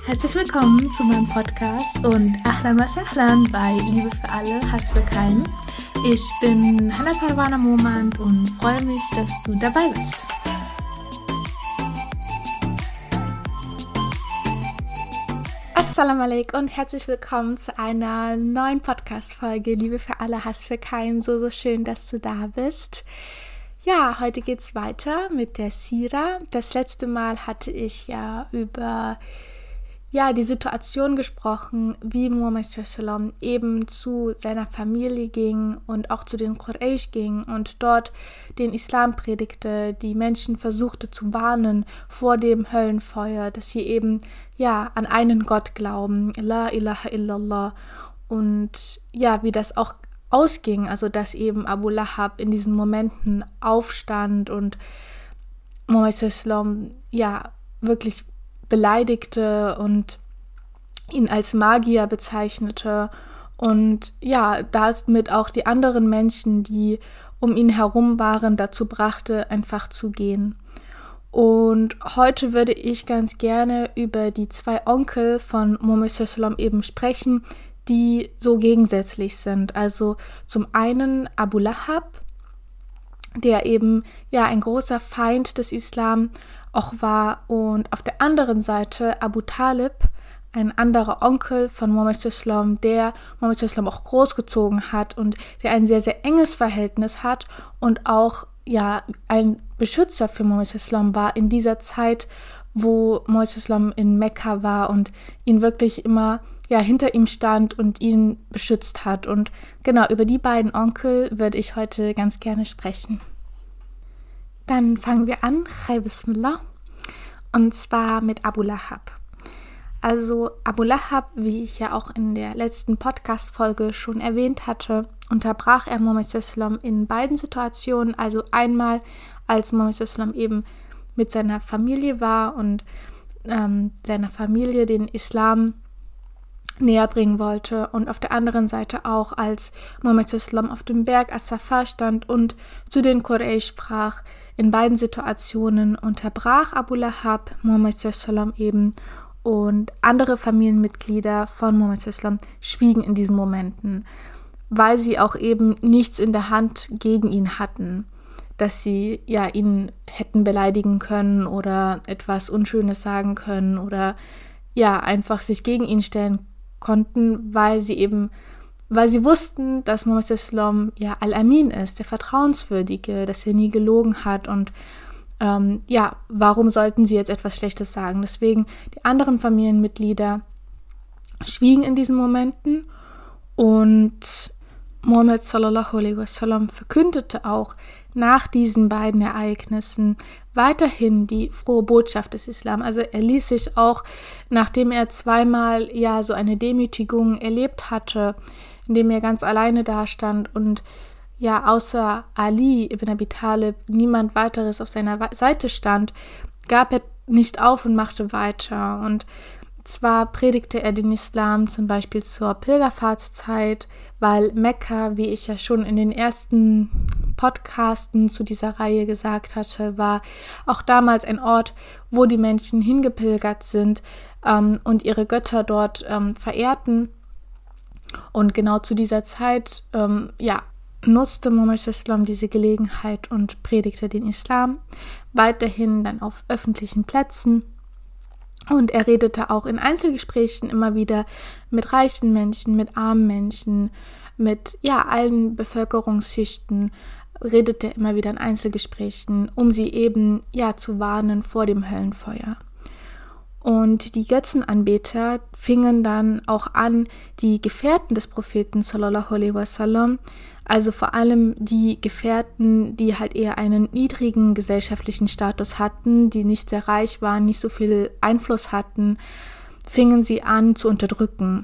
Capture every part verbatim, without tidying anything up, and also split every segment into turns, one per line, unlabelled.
Herzlich willkommen zu meinem Podcast und Ahlan wa Sahlan bei Liebe für alle, Hass für keinen. Ich bin Hanna Parwana Momand und freue mich, dass du dabei bist. Assalamu alaikum und herzlich willkommen zu einer neuen Podcast-Folge Liebe für alle, Hass für keinen. So, so schön, dass du da bist. Ja, heute geht's weiter mit der Sira. Das letzte Mal hatte ich ja über ja, die Situation gesprochen, wie Muhammad sallam eben zu seiner Familie ging und auch zu den Quraysh ging und dort den Islam predigte, die Menschen versuchte zu warnen vor dem Höllenfeuer, dass sie eben ja an einen Gott glauben, La ilaha illallah, und ja, wie das auch ausging, also dass eben Abu Lahab in diesen Momenten aufstand und Muhammad sallam ja wirklich beleidigte und ihn als Magier bezeichnete und ja, damit auch die anderen Menschen, die um ihn herum waren, dazu brachte, einfach zu gehen. Und heute würde ich ganz gerne über die zwei Onkel von Muhammad sallam eben sprechen, die so gegensätzlich sind. Also zum einen Abu Lahab, der eben ja ein großer Feind des Islam auch war, und auf der anderen Seite Abu Talib, ein anderer Onkel von Muhammad sallam, der Muhammad sallam auch großgezogen hat und der ein sehr, sehr enges Verhältnis hat und auch ja ein Beschützer für Muhammad sallam war in dieser Zeit, wo Muhammad sallam in Mekka war und ihn wirklich immer ja hinter ihm stand und ihn beschützt hat. Und genau über die beiden Onkel würde ich heute ganz gerne sprechen. Dann fangen wir an, Chai Bismillah, und zwar mit Abu Lahab. Also Abu Lahab, wie ich ja auch in der letzten Podcast-Folge schon erwähnt hatte, unterbrach er Muhammad sallam in beiden Situationen. Also einmal, als Muhammad sallam eben mit seiner Familie war und ähm, seiner Familie den Islam näher bringen wollte, und auf der anderen Seite auch, als Muhammad sallam auf dem Berg As-Safa stand und zu den Quraysh sprach. In beiden Situationen unterbrach Abu Lahab Muhammad sallam eben, und andere Familienmitglieder von Muhammad sallam schwiegen in diesen Momenten, weil sie auch eben nichts in der Hand gegen ihn hatten, dass sie ja ihn hätten beleidigen können oder etwas Unschönes sagen können oder ja einfach sich gegen ihn stellen konnten, weil sie eben, weil sie wussten, dass Muhammad sallam ja Al-Amin ist, der Vertrauenswürdige, dass er nie gelogen hat, und ähm, ja, warum sollten sie jetzt etwas Schlechtes sagen? Deswegen, die anderen Familienmitglieder schwiegen in diesen Momenten, und Muhammad sallallahu alaihi wasallam verkündete auch nach diesen beiden Ereignissen weiterhin die frohe Botschaft des Islam. Also er ließ sich auch, nachdem er zweimal ja so eine Demütigung erlebt hatte, indem er ganz alleine dastand und ja außer Ali ibn Abi Talib niemand weiteres auf seiner Seite stand, gab er nicht auf und machte weiter. Und zwar predigte er den Islam zum Beispiel zur Pilgerfahrtszeit, weil Mekka, wie ich ja schon in den ersten Podcasten zu dieser Reihe gesagt hatte, war auch damals ein Ort, wo die Menschen hingepilgert sind ähm, und ihre Götter dort ähm, verehrten. Und genau zu dieser Zeit ähm, ja, nutzte Muhammad sallam diese Gelegenheit und predigte den Islam, weiterhin dann auf öffentlichen Plätzen. Und er redete auch in Einzelgesprächen immer wieder mit reichen Menschen, mit armen Menschen, mit ja allen Bevölkerungsschichten, redete er immer wieder in Einzelgesprächen, um sie eben ja zu warnen vor dem Höllenfeuer. Und die Götzenanbeter fingen dann auch an, die Gefährten des Propheten sallallahu alaihi wasallam, also vor allem die Gefährten, die halt eher einen niedrigen gesellschaftlichen Status hatten, die nicht sehr reich waren, nicht so viel Einfluss hatten, fingen sie an zu unterdrücken.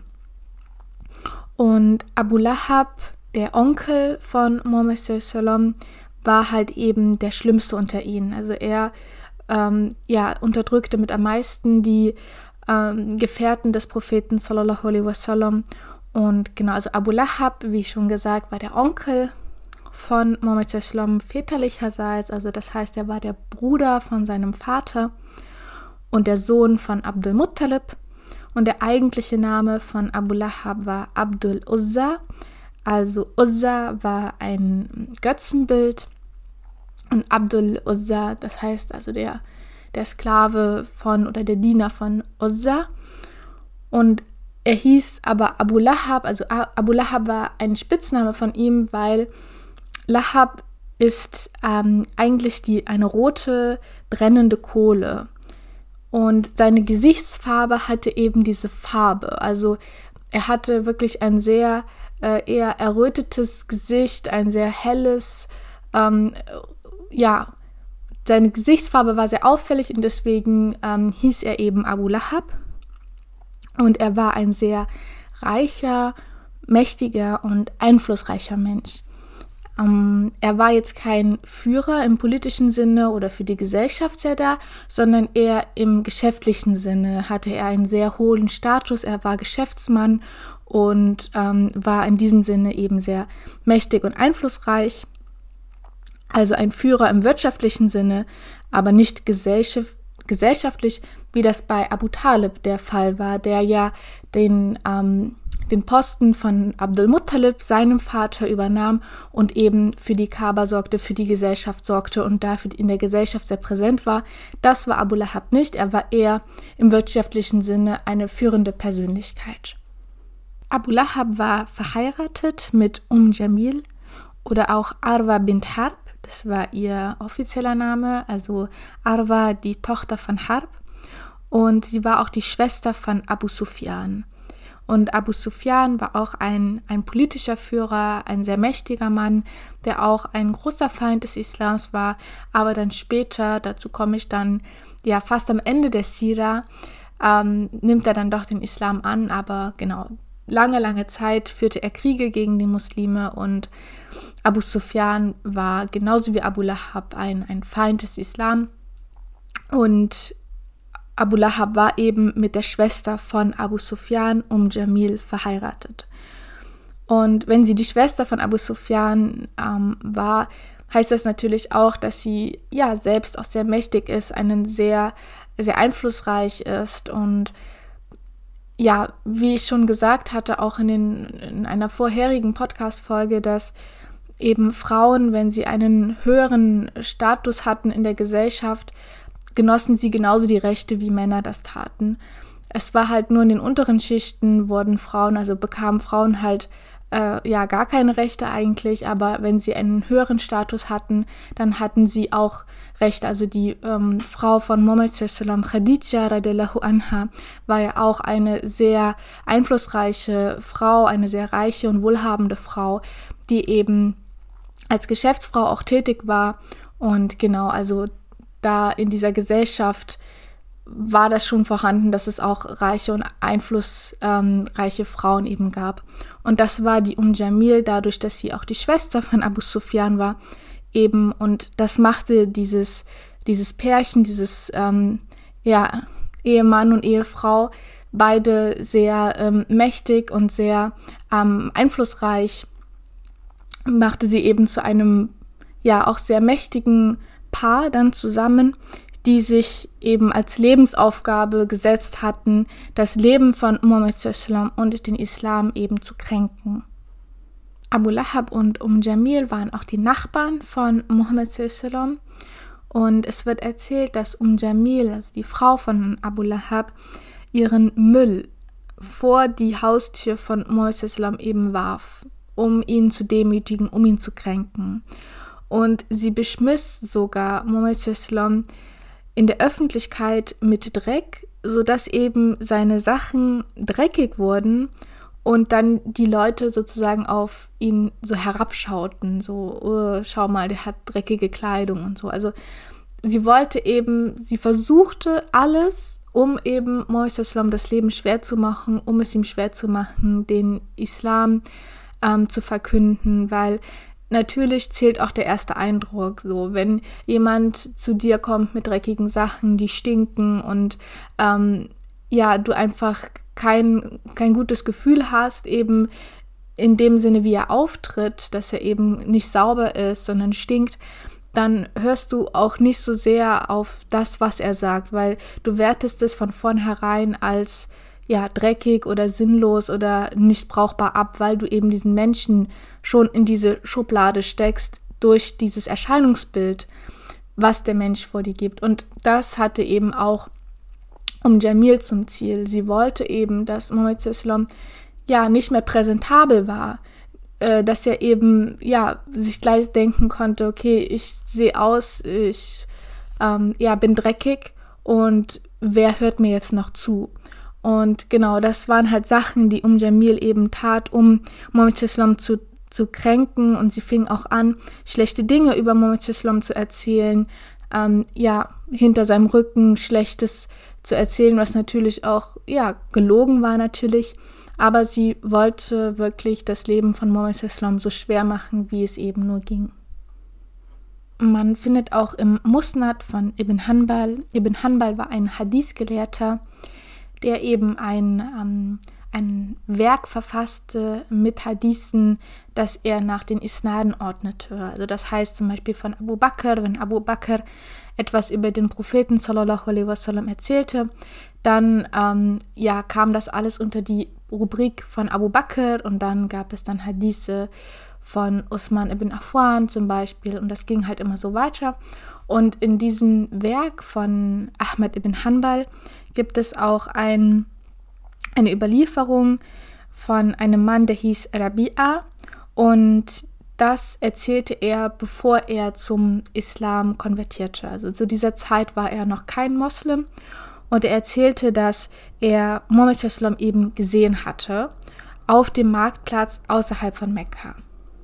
Und Abu Lahab, der Onkel von Muhammad sallam, war halt eben der Schlimmste unter ihnen. Also er ähm, ja, unterdrückte mit am meisten die ähm, Gefährten des Propheten sallallahu alaihi wasallam. Und genau, also Abu Lahab, wie schon gesagt, war der Onkel von Muhammad sallam väterlicherseits, also das heißt, er war der Bruder von seinem Vater und der Sohn von Abdul Muttalib. Und der eigentliche Name von Abu Lahab war Abdul Uzza. Also Uzza war ein Götzenbild und Abdul Uzza, das heißt also der, der Sklave von oder der Diener von Uzza. Und er hieß aber Abu Lahab, also Abu Lahab war ein Spitzname von ihm, weil Lahab ist ähm, eigentlich die, eine rote, brennende Kohle. Und seine Gesichtsfarbe hatte eben diese Farbe. Also er hatte wirklich ein sehr äh, eher errötetes Gesicht, ein sehr helles, ähm, ja, seine Gesichtsfarbe war sehr auffällig und deswegen ähm, hieß er eben Abu Lahab. Und er war ein sehr reicher, mächtiger und einflussreicher Mensch. Ähm, er war jetzt kein Führer im politischen Sinne oder für die Gesellschaft sehr da, sondern eher im geschäftlichen Sinne hatte er einen sehr hohen Status. Er war Geschäftsmann und ähm, war in diesem Sinne eben sehr mächtig und einflussreich. Also ein Führer im wirtschaftlichen Sinne, aber nicht gesellschaft, gesellschaftlich, wie das bei Abu Talib der Fall war, der ja den, ähm, den Posten von Abdul Muttalib, seinem Vater, übernahm und eben für die Kaaba sorgte, für die Gesellschaft sorgte und dafür in der Gesellschaft sehr präsent war. Das war Abu Lahab nicht, er war eher im wirtschaftlichen Sinne eine führende Persönlichkeit. Abu Lahab war verheiratet mit Umm Jamil oder auch Arwa bint Harb, das war ihr offizieller Name, also Arwa, die Tochter von Harb. Und sie war auch die Schwester von Abu Sufyan. Und Abu Sufyan war auch ein, ein politischer Führer, ein sehr mächtiger Mann, der auch ein großer Feind des Islams war. Aber dann später, dazu komme ich dann, ja fast am Ende der Sira, ähm, nimmt er dann doch den Islam an. Aber genau, lange, lange Zeit führte er Kriege gegen die Muslime und Abu Sufyan war genauso wie Abu Lahab ein, ein Feind des Islam. Und Abu Lahab war eben mit der Schwester von Abu Sufyan, Umm Jamil, verheiratet. Und wenn sie die Schwester von Abu Sufyan ähm, war, heißt das natürlich auch, dass sie ja selbst auch sehr mächtig ist, einen sehr, sehr einflussreich ist und ja, wie ich schon gesagt hatte, auch in, den, in einer vorherigen Podcast-Folge, dass eben Frauen, wenn sie einen höheren Status hatten in der Gesellschaft, genossen sie genauso die Rechte, wie Männer das taten. Es war halt nur in den unteren Schichten wurden Frauen, also bekamen Frauen halt äh, ja gar keine Rechte eigentlich, aber wenn sie einen höheren Status hatten, dann hatten sie auch Rechte. Also die ähm, Frau von Muhammad sallallahu alaihi wasallam, Khadija radiallahu anha, war ja auch eine sehr einflussreiche Frau, eine sehr reiche und wohlhabende Frau, die eben als Geschäftsfrau auch tätig war. Und genau, also da in dieser Gesellschaft war das schon vorhanden, dass es auch reiche und einflussreiche ähm, Frauen eben gab. Und das war die Umm Jamil, dadurch, dass sie auch die Schwester von Abu Sufyan war, eben. Und das machte dieses, dieses Pärchen, dieses ähm, ja, Ehemann und Ehefrau, beide sehr ähm, mächtig und sehr ähm, einflussreich, machte sie eben zu einem ja auch sehr mächtigen Paar dann zusammen, die sich eben als Lebensaufgabe gesetzt hatten, das Leben von Muhammad sallallahu alaihi wasallam und den Islam eben zu kränken. Abu Lahab und Umm Jamil waren auch die Nachbarn von Muhammad sallallahu alaihi wasallam und es wird erzählt, dass Umm Jamil, also die Frau von Abu Lahab, ihren Müll vor die Haustür von Muhammad sallallahu alaihi wasallam eben warf, um ihn zu demütigen, um ihn zu kränken. Und sie beschmiss sogar Muhammad sallallahu alaihi wasallam in der Öffentlichkeit mit Dreck, sodass eben seine Sachen dreckig wurden und dann die Leute sozusagen auf ihn so herabschauten, so, oh, schau mal, der hat dreckige Kleidung und so. Also sie wollte eben, sie versuchte alles, um eben Muhammad sallallahu alaihi wasallam das Leben schwer zu machen, um es ihm schwer zu machen, den Islam ähm, zu verkünden, weil natürlich zählt auch der erste Eindruck, so wenn jemand zu dir kommt mit dreckigen Sachen, die stinken und ähm, ja, du einfach kein, kein gutes Gefühl hast, eben in dem Sinne, wie er auftritt, dass er eben nicht sauber ist, sondern stinkt, dann hörst du auch nicht so sehr auf das, was er sagt, weil du wertest es von vornherein als ja, dreckig oder sinnlos oder nicht brauchbar ab, weil du eben diesen Menschen schon in diese Schublade steckst durch dieses Erscheinungsbild, was der Mensch vor dir gibt. Und das hatte eben auch um Jamil zum Ziel. Sie wollte eben, dass Mohammed sallallahu alaihi wasallam ja nicht mehr präsentabel war, äh, dass er eben ja sich gleich denken konnte, okay, ich sehe aus, ich ähm, ja, bin dreckig und wer hört mir jetzt noch zu? Und genau, das waren halt Sachen, die um Jamil eben tat, um Mohammed sallallahu alaihi wasallam zu zu kränken, und sie fing auch an, schlechte Dinge über Mohammed sallallahu alaihi wasallam zu erzählen, ähm, ja, hinter seinem Rücken Schlechtes zu erzählen, was natürlich auch, ja, gelogen war natürlich, aber sie wollte wirklich das Leben von Mohammed sallallahu alaihi wasallam so schwer machen, wie es eben nur ging. Man findet auch im Musnad von Ibn Hanbal, Ibn Hanbal war ein Hadith-Gelehrter, der eben ein ähm, ein Werk verfasste mit Hadithen, das er nach den Isnaden ordnete. Also das heißt zum Beispiel von Abu Bakr, wenn Abu Bakr etwas über den Propheten sallallahu alaihi wasallam erzählte, dann ähm, ja, kam das alles unter die Rubrik von Abu Bakr, und dann gab es dann Hadithe von Usman ibn Affan zum Beispiel, und das ging halt immer so weiter. Und in diesem Werk von Ahmad ibn Hanbal gibt es auch ein eine Überlieferung von einem Mann, der hieß Rabi'a, und das erzählte er, bevor er zum Islam konvertierte. Also zu dieser Zeit war er noch kein Moslem, und er erzählte, dass er Mohammed sallallahu alaihi wasallam eben gesehen hatte auf dem Marktplatz außerhalb von Mekka.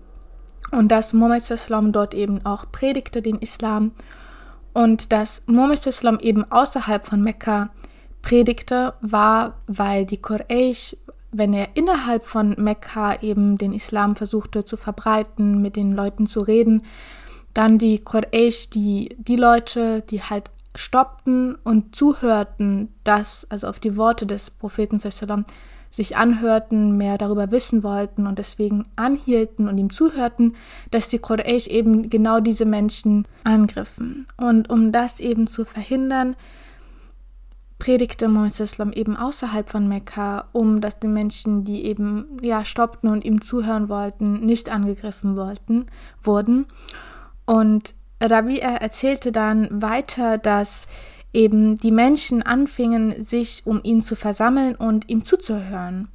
Und dass Mohammed sallallahu alaihi wasallam dort eben auch predigte den Islam, und dass Mohammed sallallahu alaihi wasallam eben außerhalb von Mekka predigte, war, weil die Quraysh, wenn er innerhalb von Mekka eben den Islam versuchte zu verbreiten, mit den Leuten zu reden, dann die Quraysh, die, die Leute, die halt stoppten und zuhörten, dass, also auf die Worte des Propheten sallallahu alaihi wasallam, sich anhörten, mehr darüber wissen wollten und deswegen anhielten und ihm zuhörten, dass die Quraysh eben genau diese Menschen angriffen. Und um das eben zu verhindern, predigte Mohammed sallallahu alaihi wasallam eben außerhalb von Mekka, um dass die Menschen, die eben ja stoppten und ihm zuhören wollten, nicht angegriffen wollten, wurden. Und Rabi'a erzählte dann weiter, dass eben die Menschen anfingen, sich um ihn zu versammeln und ihm zuzuhören.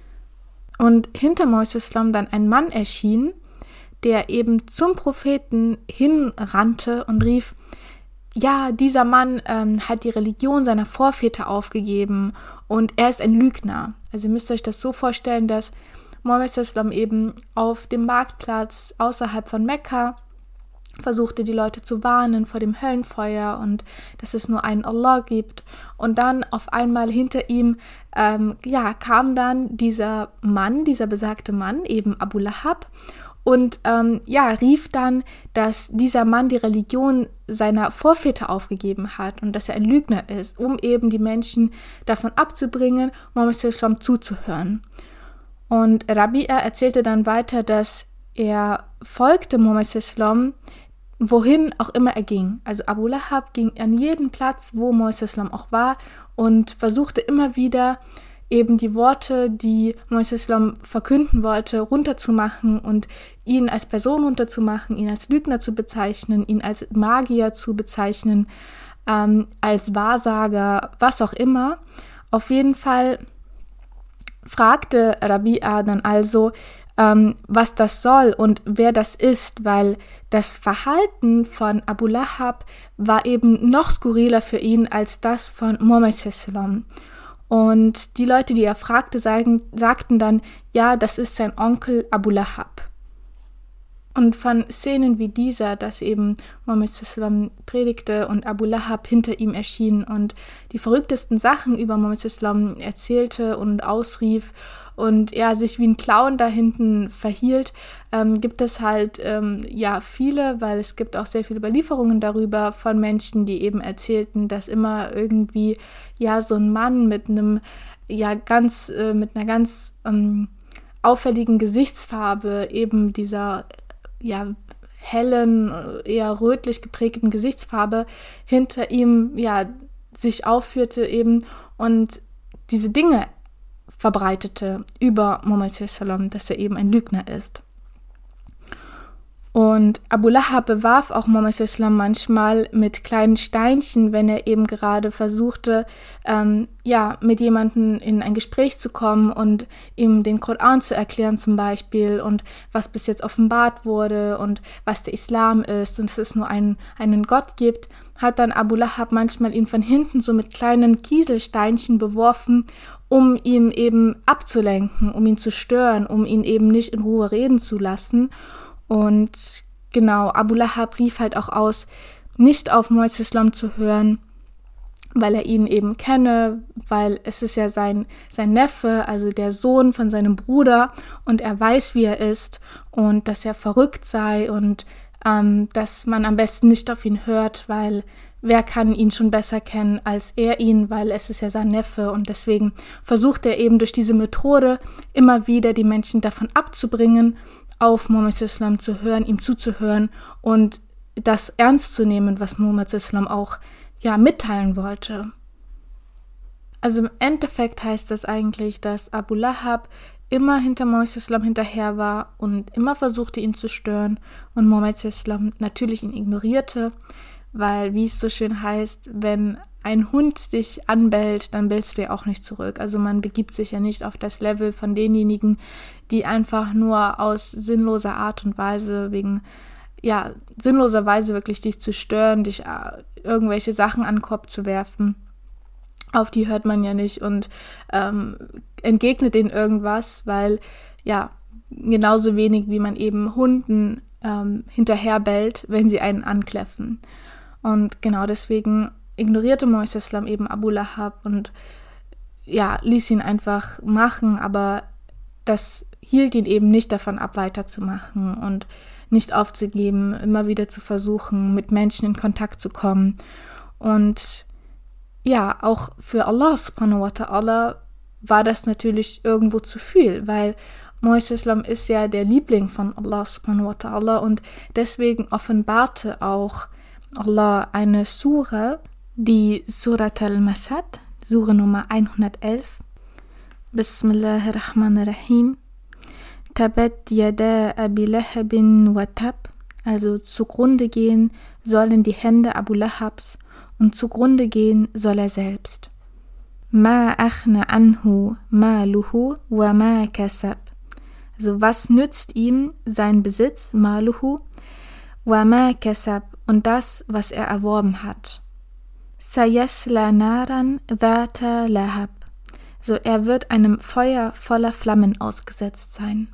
Und hinter Mohammed sallallahu alaihi wasallam dann ein Mann erschien, der eben zum Propheten hinrannte und rief: Ja, dieser Mann ähm, hat die Religion seiner Vorväter aufgegeben und er ist ein Lügner. Also ihr müsst euch das so vorstellen, dass Mohammed sallallahu alaihi wasallam eben auf dem Marktplatz außerhalb von Mekka versuchte, die Leute zu warnen vor dem Höllenfeuer und dass es nur einen Allah gibt. Und dann auf einmal hinter ihm ähm, ja, kam dann dieser Mann, dieser besagte Mann, eben Abu Lahab, und ähm, ja, rief dann, dass dieser Mann die Religion seiner Vorväter aufgegeben hat und dass er ein Lügner ist, um eben die Menschen davon abzubringen, Mohammed sallallahu alaihi wasallam zuzuhören. Und Rabi'a erzählte dann weiter, dass er folgte Mohammed sallallahu alaihi wasallam, wohin auch immer er ging. Also Abu Lahab ging an jeden Platz, wo Mohammed sallallahu alaihi wasallam auch war, und versuchte immer wieder, eben die Worte, die Mohammed sallallahu alaihi wasallam verkünden wollte, runterzumachen und ihn als Person runterzumachen, ihn als Lügner zu bezeichnen, ihn als Magier zu bezeichnen, ähm, als Wahrsager, was auch immer. Auf jeden Fall fragte Rabi'a dann also, ähm, was das soll und wer das ist, weil das Verhalten von Abu Lahab war eben noch skurriler für ihn als das von Mohammed sallallahu alaihi wasallam. Und die Leute, die er fragte, sagen, sagten dann, ja, das ist sein Onkel Abu Lahab. Und von Szenen wie dieser, dass eben Mohammed sallallahu alaihi wasallam predigte und Abu Lahab hinter ihm erschien und die verrücktesten Sachen über Mohammed sallallahu alaihi wasallam erzählte und ausrief und er sich wie ein Clown da hinten verhielt, ähm, gibt es halt ähm, ja viele, weil es gibt auch sehr viele Überlieferungen darüber von Menschen, die eben erzählten, dass immer irgendwie ja so ein Mann mit einem ja ganz äh, mit einer ganz ähm, auffälligen Gesichtsfarbe, eben dieser ja hellen, eher rötlich geprägten Gesichtsfarbe hinter ihm ja sich aufführte eben und diese Dinge verbreitete über Muhammad, dass er eben ein Lügner ist. Und Abu Lahab bewarf auch Muhammad manchmal mit kleinen Steinchen, wenn er eben gerade versuchte, ähm, ja, mit jemandem in ein Gespräch zu kommen und ihm den Koran zu erklären zum Beispiel und was bis jetzt offenbart wurde und was der Islam ist und dass es nur einen, einen Gott gibt, hat dann Abu Lahab manchmal ihn von hinten so mit kleinen Kieselsteinchen beworfen, um ihn eben abzulenken, um ihn zu stören, um ihn eben nicht in Ruhe reden zu lassen. Und genau, Abu Lahab rief halt auch aus, nicht auf Muhammad zu hören, weil er ihn eben kenne, weil es ist ja sein, sein Neffe, also der Sohn von seinem Bruder und er weiß, wie er ist und dass er verrückt sei und ähm, dass man am besten nicht auf ihn hört, weil wer kann ihn schon besser kennen als er ihn, weil es ist ja sein Neffe und deswegen versucht er eben durch diese Methode immer wieder die Menschen davon abzubringen, auf Muhammad zu hören, ihm zuzuhören und das ernst zu nehmen, was Muhammad auch ja, mitteilen wollte. Also im Endeffekt heißt das eigentlich, dass Abu Lahab immer hinter Muhammad hinterher war und immer versuchte, ihn zu stören und Muhammad natürlich ihn ignorierte, weil, wie es so schön heißt, wenn ein Hund dich anbellt, dann bellst du ja auch nicht zurück. Also man begibt sich ja nicht auf das Level von denjenigen, die einfach nur aus sinnloser Art und Weise, wegen, ja, sinnloser Weise wirklich dich zu stören, dich äh, irgendwelche Sachen an den Kopf zu werfen. Auf die hört man ja nicht und ähm, entgegnet denen irgendwas, weil, ja, genauso wenig wie man eben Hunden ähm, hinterher bellt, wenn sie einen ankläffen. Und genau deswegen ignorierte Muhammad eben Abu Lahab und ja, ließ ihn einfach machen, aber das hielt ihn eben nicht davon ab, weiterzumachen und nicht aufzugeben, immer wieder zu versuchen, mit Menschen in Kontakt zu kommen. Und ja, auch für Allah subhanahu wa ta'ala war das natürlich irgendwo zu viel, weil Muhammad ist ja der Liebling von Allah subhanahu wa ta'ala und deswegen offenbarte auch Allah eine Sura, die Surat al-Masad, Sura Nummer hundertelf. Bismillahirrahmanirrahim. Tabat yada Abi Lahabin wa tab. Also zugrunde gehen sollen die Hände Abu Lahabs und zugrunde gehen soll er selbst. Ma akhna anhu maluhu wa ma kasab. Also was nützt ihm sein Besitz, maluhu, wa ma kasab, und das, was er erworben hat. Sayasla naran dhata lahab. So, er wird einem Feuer voller Flammen ausgesetzt sein.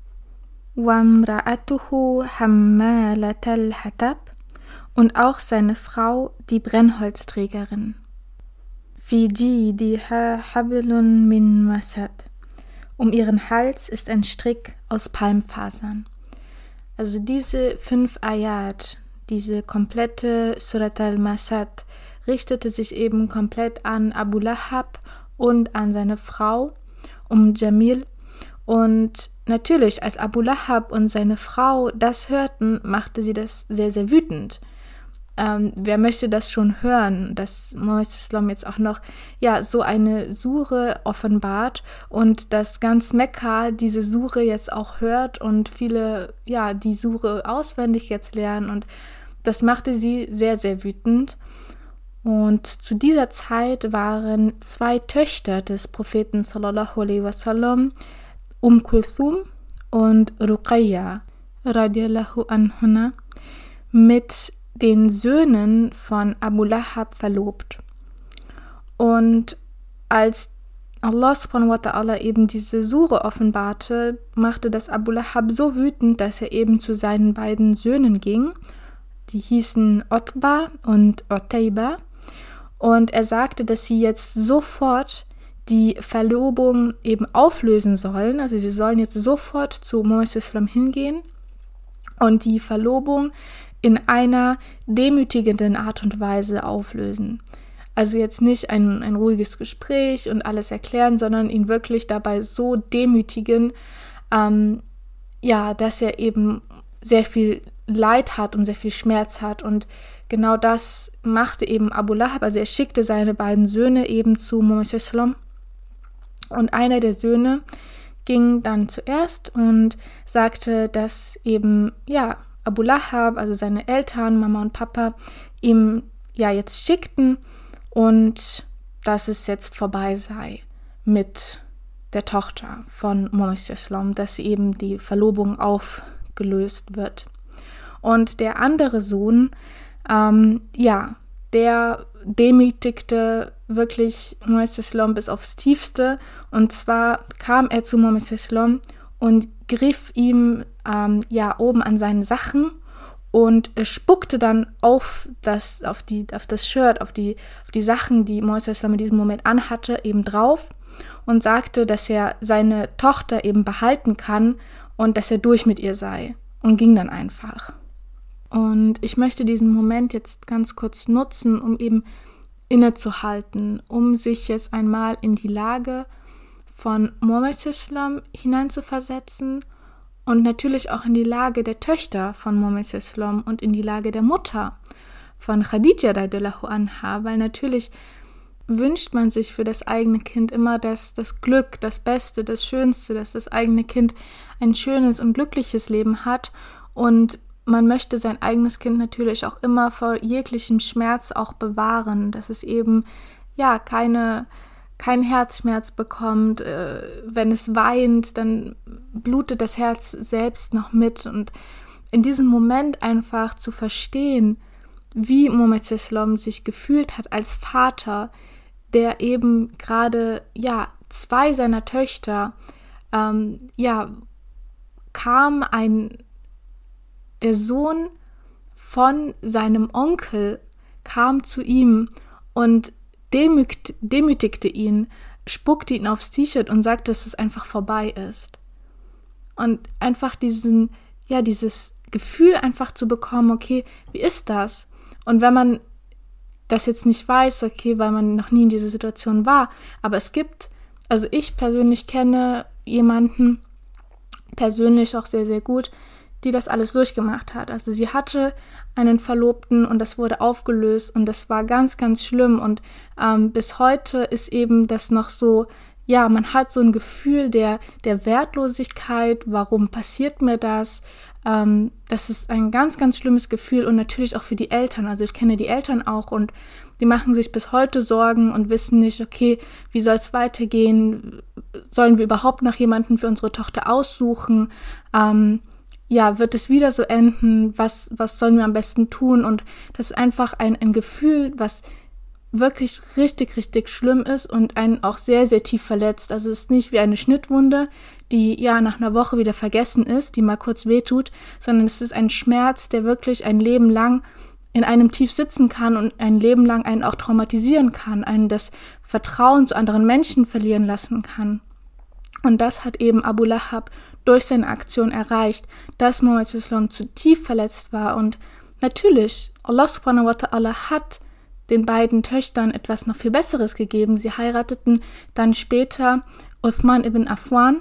Wamra'atuhu hammalatal hatab. Und auch seine Frau, die Brennholzträgerin. Fi jidiha hablun min masad. Um ihren Hals ist ein Strick aus Palmfasern. Also diese fünf Ayat, diese komplette Surat al-Masad, richtete sich eben komplett an Abu Lahab und an seine Frau, um Jamil. Und natürlich, als Abu Lahab und seine Frau das hörten, machte sie das sehr, sehr wütend. Ähm, wer möchte das schon hören, dass Muhammad jetzt auch noch ja, so eine Sure offenbart und dass ganz Mekka diese Sure jetzt auch hört und viele ja die Sure auswendig jetzt lernen und das machte sie sehr, sehr wütend. Und zu dieser Zeit waren zwei Töchter des Propheten sallallahu alaihi wasallam, Umm Kulthum und Ruqayya radiallahu anhunna, mit den Söhnen von Abu Lahab verlobt. Und als Allah subhanahu wa ta'ala eben diese Sure offenbarte, machte das Abu Lahab so wütend, dass er eben zu seinen beiden Söhnen ging. Die hießen Utba und Utayba. Und er sagte, dass sie jetzt sofort die Verlobung eben auflösen sollen. Also sie sollen jetzt sofort zu Muhammad hingehen und die Verlobung in einer demütigenden Art und Weise auflösen. Also jetzt nicht ein, ein ruhiges Gespräch und alles erklären, sondern ihn wirklich dabei so demütigen, ähm, ja, dass er eben sehr viel Leid hat und sehr viel Schmerz hat. Und genau das machte eben Abu Lahab. Also er schickte seine beiden Söhne eben zu Muhammad Und einer der Söhne ging dann zuerst und sagte, dass eben, ja, Abu Lahab, also seine Eltern, Mama und Papa, ihm ja jetzt schickten und dass es jetzt vorbei sei mit der Tochter von Muhammad, dass eben die Verlobung aufgelöst wird. Und der andere Sohn, ähm, ja, der demütigte wirklich Muhammad bis aufs Tiefste. Und zwar kam er zu Muhammad und griff ihm ähm, ja oben an seine Sachen und spuckte dann auf das, auf die, auf das Shirt, auf die, auf die Sachen, die Muhammad in diesem Moment anhatte, eben drauf und sagte, dass er seine Tochter eben behalten kann und dass er durch mit ihr sei, und ging dann einfach. Und ich möchte diesen Moment jetzt ganz kurz nutzen, um eben innezuhalten, um sich jetzt einmal in die Lage von Muhammad hineinzuversetzen und natürlich auch in die Lage der Töchter von Muhammad und in die Lage der Mutter von Khadija radiallahu anha, weil natürlich wünscht man sich für das eigene Kind immer das, das Glück, das Beste, das Schönste, dass das eigene Kind ein schönes und glückliches Leben hat, und man möchte sein eigenes Kind natürlich auch immer vor jeglichem Schmerz auch bewahren, dass es eben ja keine, kein Herzschmerz bekommt. Äh, wenn es weint, dann blutet das Herz selbst noch mit. Und in diesem Moment einfach zu verstehen, wie Muhammad sich gefühlt hat als Vater, der eben gerade ja zwei seiner Töchter ähm, ja kam ein Der Sohn von seinem Onkel kam zu ihm und demüt, demütigte ihn, spuckte ihn aufs T-Shirt und sagte, dass es einfach vorbei ist. Und einfach diesen, ja, dieses Gefühl einfach zu bekommen, okay, wie ist das? Und wenn man das jetzt nicht weiß, okay, weil man noch nie in dieser Situation war, aber es gibt, also ich persönlich kenne jemanden, persönlich auch sehr, sehr gut, die das alles durchgemacht hat. Also sie hatte einen Verlobten und das wurde aufgelöst und das war ganz, ganz schlimm, und ähm, bis heute ist eben das noch so, ja, man hat so ein Gefühl der, der Wertlosigkeit, warum passiert mir das? Ähm, das ist ein ganz, ganz schlimmes Gefühl, und natürlich auch für die Eltern. Also ich kenne die Eltern auch und die machen sich bis heute Sorgen und wissen nicht, okay, wie soll es weitergehen? Sollen wir überhaupt noch jemanden für unsere Tochter aussuchen? Ähm, ja, wird es wieder so enden? Was, was sollen wir am besten tun? Und das ist einfach ein, ein Gefühl, was wirklich richtig, richtig schlimm ist und einen auch sehr, sehr tief verletzt. Also es ist nicht wie eine Schnittwunde, die ja nach einer Woche wieder vergessen ist, die mal kurz wehtut, sondern es ist ein Schmerz, der wirklich ein Leben lang in einem tief sitzen kann und ein Leben lang einen auch traumatisieren kann, einen das Vertrauen zu anderen Menschen verlieren lassen kann. Und das hat eben Abu Lahab durch seine Aktion erreicht, dass Muhammad zu tief verletzt war. Und natürlich, Allah subhanahu wa ta'ala hat den beiden Töchtern etwas noch viel Besseres gegeben. Sie heirateten dann später Uthman ibn Affan,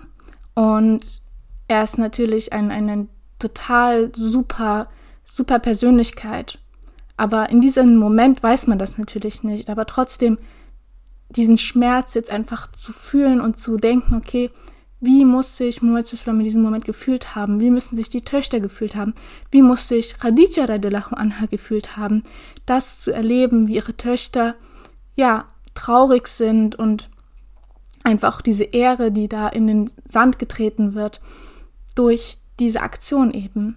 und er ist natürlich ein, eine total super, super Persönlichkeit. Aber in diesem Moment weiß man das natürlich nicht. Aber trotzdem diesen Schmerz jetzt einfach zu fühlen und zu denken, okay, wie muss sich Muhammad in diesem Moment gefühlt haben? Wie müssen sich die Töchter gefühlt haben? Wie muss sich Khadija radiallahu anha gefühlt haben? Das zu erleben, wie ihre Töchter, ja, traurig sind und einfach diese Ehre, die da in den Sand getreten wird, durch diese Aktion eben.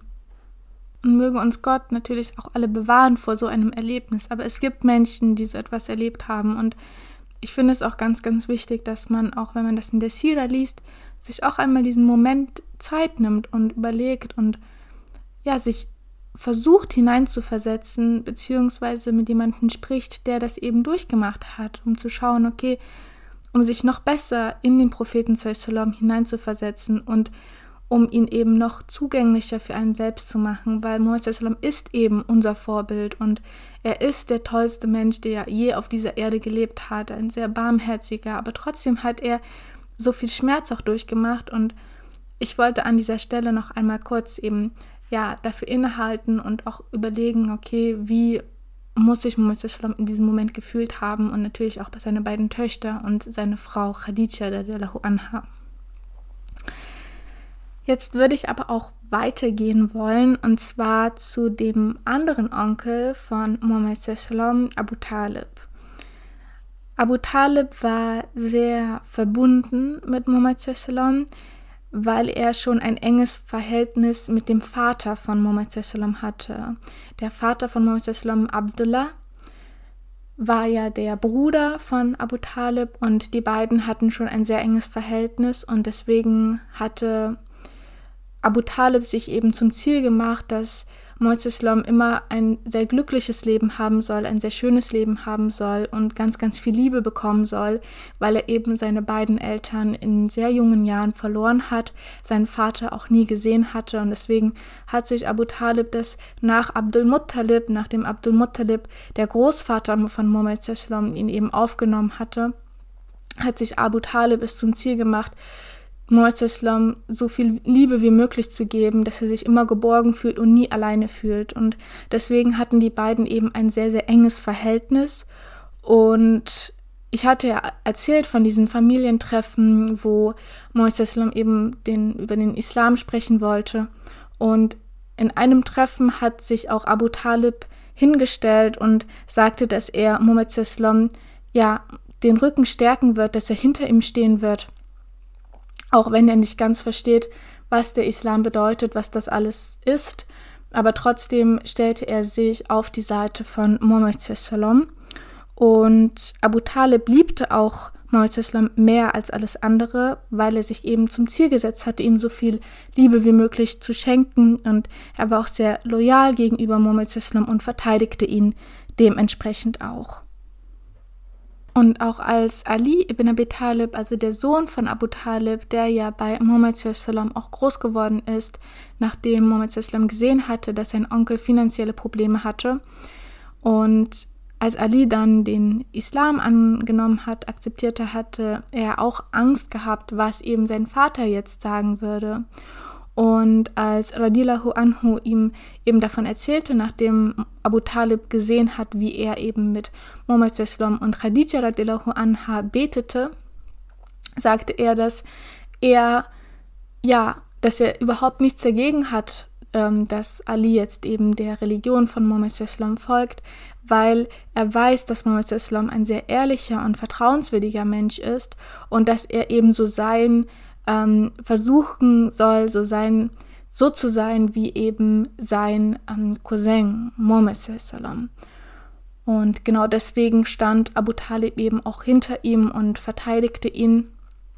Und möge uns Gott natürlich auch alle bewahren vor so einem Erlebnis. Aber es gibt Menschen, die so etwas erlebt haben, und ich finde es auch ganz, ganz wichtig, dass man, auch wenn man das in der Sira liest, sich auch einmal diesen Moment Zeit nimmt und überlegt und ja, sich versucht hineinzuversetzen, beziehungsweise mit jemandem spricht, der das eben durchgemacht hat, um zu schauen, okay, um sich noch besser in den Propheten sallam hineinzuversetzen und um ihn eben noch zugänglicher für einen selbst zu machen, weil Muhammad sallam ist eben unser Vorbild und er ist der tollste Mensch, der je auf dieser Erde gelebt hat, ein sehr barmherziger, aber trotzdem hat er so viel Schmerz auch durchgemacht, und ich wollte an dieser Stelle noch einmal kurz eben ja dafür innehalten und auch überlegen, okay, wie muss sich Muhammad in diesem Moment gefühlt haben und natürlich auch bei seinen beiden Töchter und seine Frau Khadija radiallahu anha. Jetzt würde ich aber auch weitergehen wollen, und zwar zu dem anderen Onkel von Muhammad, Abu Talib. Abu Talib war sehr verbunden mit Muhammad, weil er schon ein enges Verhältnis mit dem Vater von Muhammad hatte. Der Vater von Muhammad, Abdullah, war ja der Bruder von Abu Talib, und die beiden hatten schon ein sehr enges Verhältnis, und deswegen hatte Abu Talib sich eben zum Ziel gemacht, dass Muhammad immer ein sehr glückliches Leben haben soll, ein sehr schönes Leben haben soll und ganz, ganz viel Liebe bekommen soll, weil er eben seine beiden Eltern in sehr jungen Jahren verloren hat, seinen Vater auch nie gesehen hatte, und deswegen hat sich Abu Talib das nach Abdul Muttalib, nachdem Abdul Muttalib, der Großvater von Muhammad, ihn eben aufgenommen hatte, hat sich Abu Talib es zum Ziel gemacht, Muhammad so viel Liebe wie möglich zu geben, dass er sich immer geborgen fühlt und nie alleine fühlt. Und deswegen hatten die beiden eben ein sehr, sehr enges Verhältnis. Und ich hatte ja erzählt von diesen Familientreffen, wo Muhammad eben den, über den Islam sprechen wollte. Und in einem Treffen hat sich auch Abu Talib hingestellt und sagte, dass er Muhammad ja den Rücken stärken wird, dass er hinter ihm stehen wird, auch wenn er nicht ganz versteht, was der Islam bedeutet, was das alles ist. Aber trotzdem stellte er sich auf die Seite von Muhammad. Und Abu Talib liebte auch Muhammad mehr als alles andere, weil er sich eben zum Ziel gesetzt hatte, ihm so viel Liebe wie möglich zu schenken. Und er war auch sehr loyal gegenüber Muhammad und verteidigte ihn dementsprechend auch. Und auch als Ali ibn Abi Talib, also der Sohn von Abu Talib, der ja bei Muhammad auch groß geworden ist, nachdem Muhammad gesehen hatte, dass sein Onkel finanzielle Probleme hatte. Und als Ali dann den Islam angenommen hat, akzeptierte, hatte er auch Angst gehabt, was eben sein Vater jetzt sagen würde. Und als radiallahu anhu ihm eben davon erzählte, nachdem Abu Talib gesehen hat, wie er eben mit Muhammad und Khadija radiallahu anha betete, sagte er, dass er, ja, dass er überhaupt nichts dagegen hat, ähm, dass Ali jetzt eben der Religion von Muhammad folgt, weil er weiß, dass Muhammad ein sehr ehrlicher und vertrauenswürdiger Mensch ist und dass er eben so sein Ähm, versuchen soll, so sein, so zu sein wie eben sein ähm, Cousin Muhammad. Und genau deswegen stand Abu Talib eben auch hinter ihm und verteidigte ihn,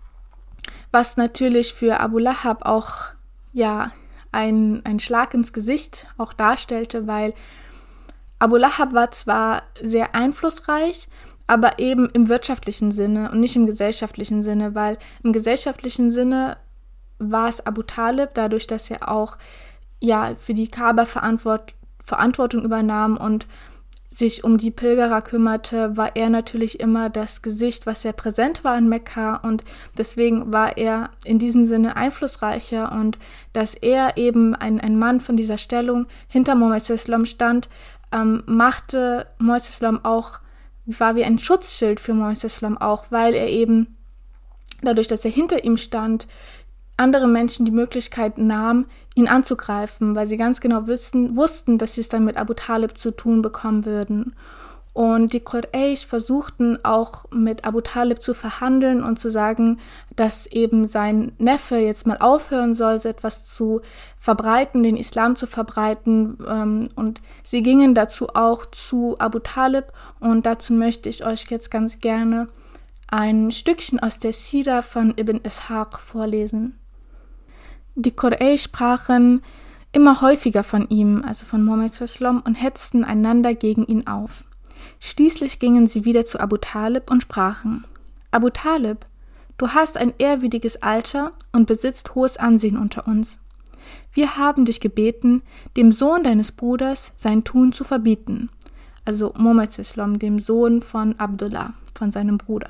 was natürlich für Abu Lahab auch ja ein, ein Schlag ins Gesicht auch darstellte, weil Abu Lahab war zwar sehr einflussreich, aber eben im wirtschaftlichen Sinne und nicht im gesellschaftlichen Sinne, weil im gesellschaftlichen Sinne war es Abu Talib, dadurch, dass er auch ja für die Kaaba Verantwort- Verantwortung übernahm und sich um die Pilgerer kümmerte, war er natürlich immer das Gesicht, was sehr präsent war in Mekka, und deswegen war er in diesem Sinne einflussreicher, und dass er eben ein, ein Mann von dieser Stellung hinter Muhammad stand, ähm, machte Muhammad auch war wie ein Schutzschild für Muhammad auch, weil er eben, dadurch, dass er hinter ihm stand, andere Menschen die Möglichkeit nahm, ihn anzugreifen, weil sie ganz genau wissen, wussten, dass sie es dann mit Abu Talib zu tun bekommen würden. Und die Quraysh versuchten auch mit Abu Talib zu verhandeln und zu sagen, dass eben sein Neffe jetzt mal aufhören soll, so etwas zu verbreiten, den Islam zu verbreiten. Und sie gingen dazu auch zu Abu Talib, und dazu möchte ich euch jetzt ganz gerne ein Stückchen aus der Sira von Ibn Ishaq vorlesen. Die Quraysh sprachen immer häufiger von ihm, also von Muhammad, und hetzten einander gegen ihn auf. Schließlich gingen sie wieder zu Abu Talib und sprachen: Abu Talib, du hast ein ehrwürdiges Alter und besitzt hohes Ansehen unter uns. Wir haben dich gebeten, dem Sohn deines Bruders sein Tun zu verbieten, also Muhammad, dem Sohn von Abdullah, von seinem Bruder.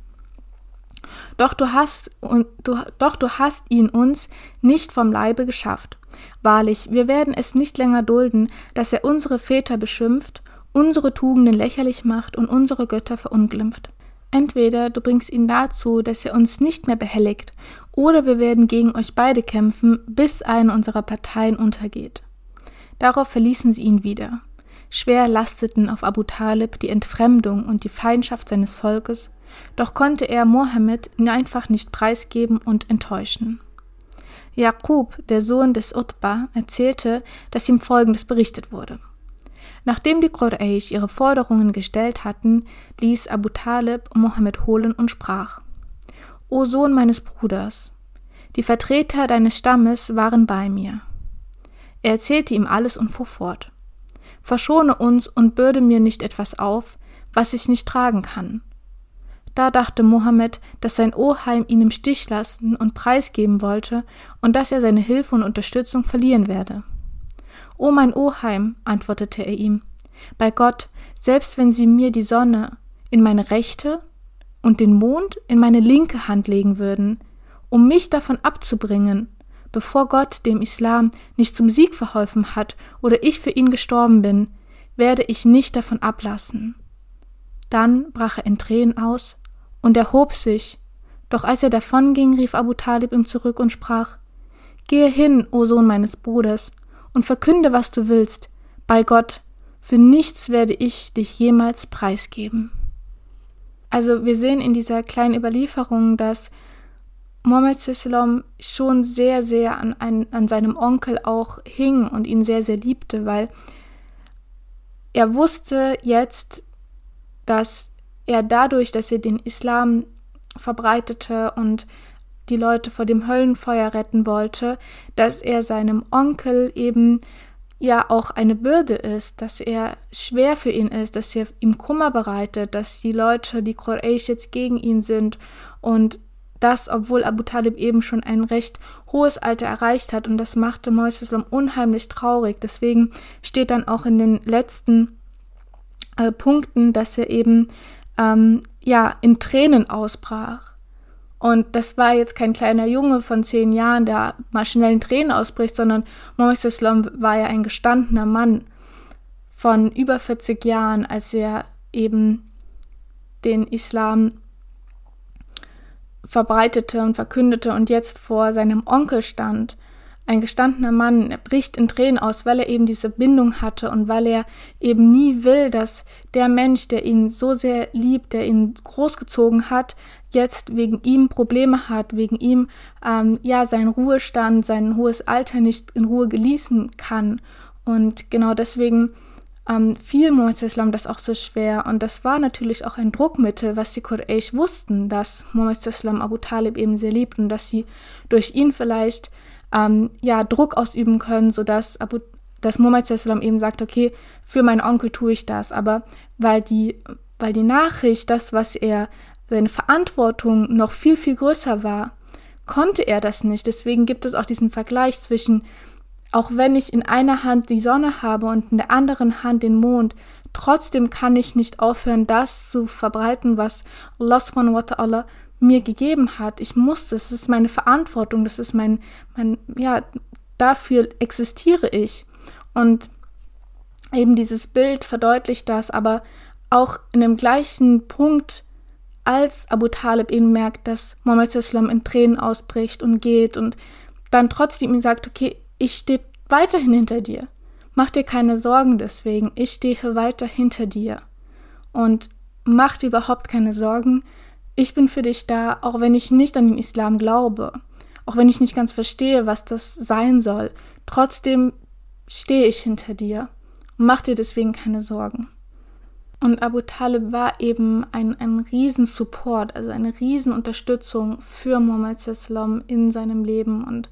Doch du hast, und, du, doch du hast ihn uns nicht vom Leibe geschafft. Wahrlich, wir werden es nicht länger dulden, dass er unsere Väter beschimpft unsere Tugenden lächerlich macht und unsere Götter verunglimpft. Entweder du bringst ihn dazu, dass er uns nicht mehr behelligt, oder wir werden gegen euch beide kämpfen, bis eine unserer Parteien untergeht. Darauf verließen sie ihn wieder. Schwer lasteten auf Abu Talib die Entfremdung und die Feindschaft seines Volkes, doch konnte er Mohammed einfach nicht preisgeben und enttäuschen. Jaqub, der Sohn des Utba, erzählte, dass ihm Folgendes berichtet wurde. Nachdem die Quraysh ihre Forderungen gestellt hatten, ließ Abu Talib Mohammed holen und sprach: O Sohn meines Bruders, die Vertreter deines Stammes waren bei mir. Er erzählte ihm alles und fuhr fort: Verschone uns und bürde mir nicht etwas auf, was ich nicht tragen kann. Da dachte Mohammed, dass sein Oheim ihn im Stich lassen und preisgeben wollte und dass er seine Hilfe und Unterstützung verlieren werde. »O mein Oheim«, antwortete er ihm, »bei Gott, selbst wenn sie mir die Sonne in meine rechte und den Mond in meine linke Hand legen würden, um mich davon abzubringen, bevor Gott dem Islam nicht zum Sieg verholfen hat oder ich für ihn gestorben bin, werde ich nicht davon ablassen.« Dann brach er in Tränen aus und erhob sich, doch als er davonging, rief Abu Talib ihm zurück und sprach: »Gehe hin, o Sohn meines Bruders, und verkünde, was du willst. Bei Gott, für nichts werde ich dich jemals preisgeben.« Also wir sehen in dieser kleinen Überlieferung, dass Mohammed sallam schon sehr, sehr an, ein, an seinem Onkel auch hing und ihn sehr, sehr liebte, weil er wusste jetzt, dass er dadurch, dass er den Islam verbreitete und die Leute vor dem Höllenfeuer retten wollte, dass er seinem Onkel eben ja auch eine Bürde ist, dass er schwer für ihn ist, dass er ihm Kummer bereitet, dass die Leute, die Quraysh jetzt gegen ihn sind und das, obwohl Abu Talib eben schon ein recht hohes Alter erreicht hat, und das machte Mohammed sallam unheimlich traurig. Deswegen steht dann auch in den letzten äh, Punkten, dass er eben ähm, ja in Tränen ausbrach. Und das war jetzt kein kleiner Junge von zehn Jahren, der mal schnell in Tränen ausbricht, sondern Mohammed sallam war ja ein gestandener Mann von über vierzig Jahren, als er eben den Islam verbreitete und verkündete und jetzt vor seinem Onkel stand. Ein gestandener Mann, er bricht in Tränen aus, weil er eben diese Bindung hatte und weil er eben nie will, dass der Mensch, der ihn so sehr liebt, der ihn großgezogen hat, jetzt wegen ihm Probleme hat, wegen ihm ähm, ja seinen Ruhestand, sein hohes Alter nicht in Ruhe genießen kann. Und genau deswegen ähm, fiel Mohammed sallam das auch so schwer. Und das war natürlich auch ein Druckmittel, was die Quraysh wussten, dass Mohammed sallam Abu Talib eben sehr liebt und dass sie durch ihn vielleicht ähm, ja Druck ausüben können, sodass Abu, dass Mohammed sallam eben sagt, okay, für meinen Onkel tue ich das. Aber weil die, weil die Nachricht, das, was er seine Verantwortung noch viel, viel größer war, konnte er das nicht. Deswegen gibt es auch diesen Vergleich zwischen, auch wenn ich in einer Hand die Sonne habe und in der anderen Hand den Mond, trotzdem kann ich nicht aufhören, das zu verbreiten, was Allah subhanahu wa ta'ala mir gegeben hat. Ich muss das, das ist meine Verantwortung, das ist mein, mein, ja, dafür existiere ich. Und eben dieses Bild verdeutlicht das, aber auch in dem gleichen Punkt, als Abu Talib eben merkt, dass Mohammed sallam in Tränen ausbricht und geht und dann trotzdem ihm sagt, okay, ich stehe weiterhin hinter dir. Mach dir keine Sorgen deswegen, ich stehe weiter hinter dir. Und mach dir überhaupt keine Sorgen, ich bin für dich da, auch wenn ich nicht an den Islam glaube, auch wenn ich nicht ganz verstehe, was das sein soll. Trotzdem stehe ich hinter dir und mach dir deswegen keine Sorgen. Und Abu Talib war eben ein, ein Riesen-Support, also eine Riesen-Unterstützung für Mohammed sallam in seinem Leben. Und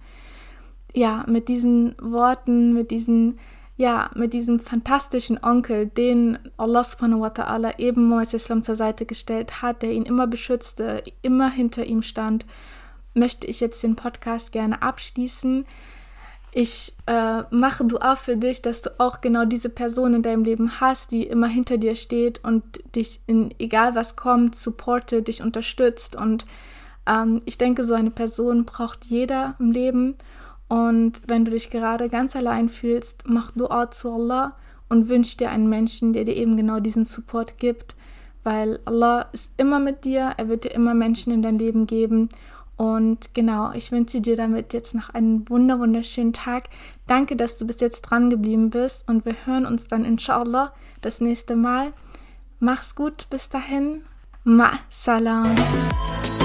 ja, mit diesen Worten, mit diesen, ja, mit diesem fantastischen Onkel, den Allah subhanahu wa ta'ala eben Mohammed sallam zur Seite gestellt hat, der ihn immer beschützte, immer hinter ihm stand, möchte ich jetzt den Podcast gerne abschließen. Ich äh, mache Dua für dich, dass du auch genau diese Person in deinem Leben hast, die immer hinter dir steht und dich, in egal was kommt, supportet, dich unterstützt. Und ähm, ich denke, so eine Person braucht jeder im Leben. Und wenn du dich gerade ganz allein fühlst, mach Dua zu Allah und wünsch dir einen Menschen, der dir eben genau diesen Support gibt, weil Allah ist immer mit dir, er wird dir immer Menschen in dein Leben geben. Und genau, ich wünsche dir damit jetzt noch einen wunder wunderschönen Tag. Danke, dass du bis jetzt dran geblieben bist und wir hören uns dann inshallah das nächste Mal. Mach's gut, bis dahin. Ma salam.